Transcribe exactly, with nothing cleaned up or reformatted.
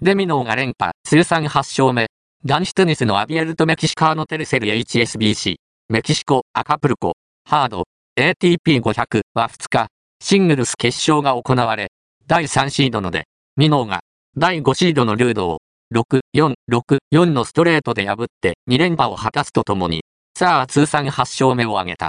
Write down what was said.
でミノーが連覇、通算はち勝目。男子テニスのアビエルとメキシカーノテルセル エイチエスビーシー、メキシコ、アカプルコ、ハード、エーティーピーごひゃく はふつか、シングルス決勝が行われ、だいさんシードので、ミノーが、だいごシードのルードを、ろく、よん、ろく、よんのストレートで破ってに連覇を果たすとともに、ツアー通算はち勝目を挙げた。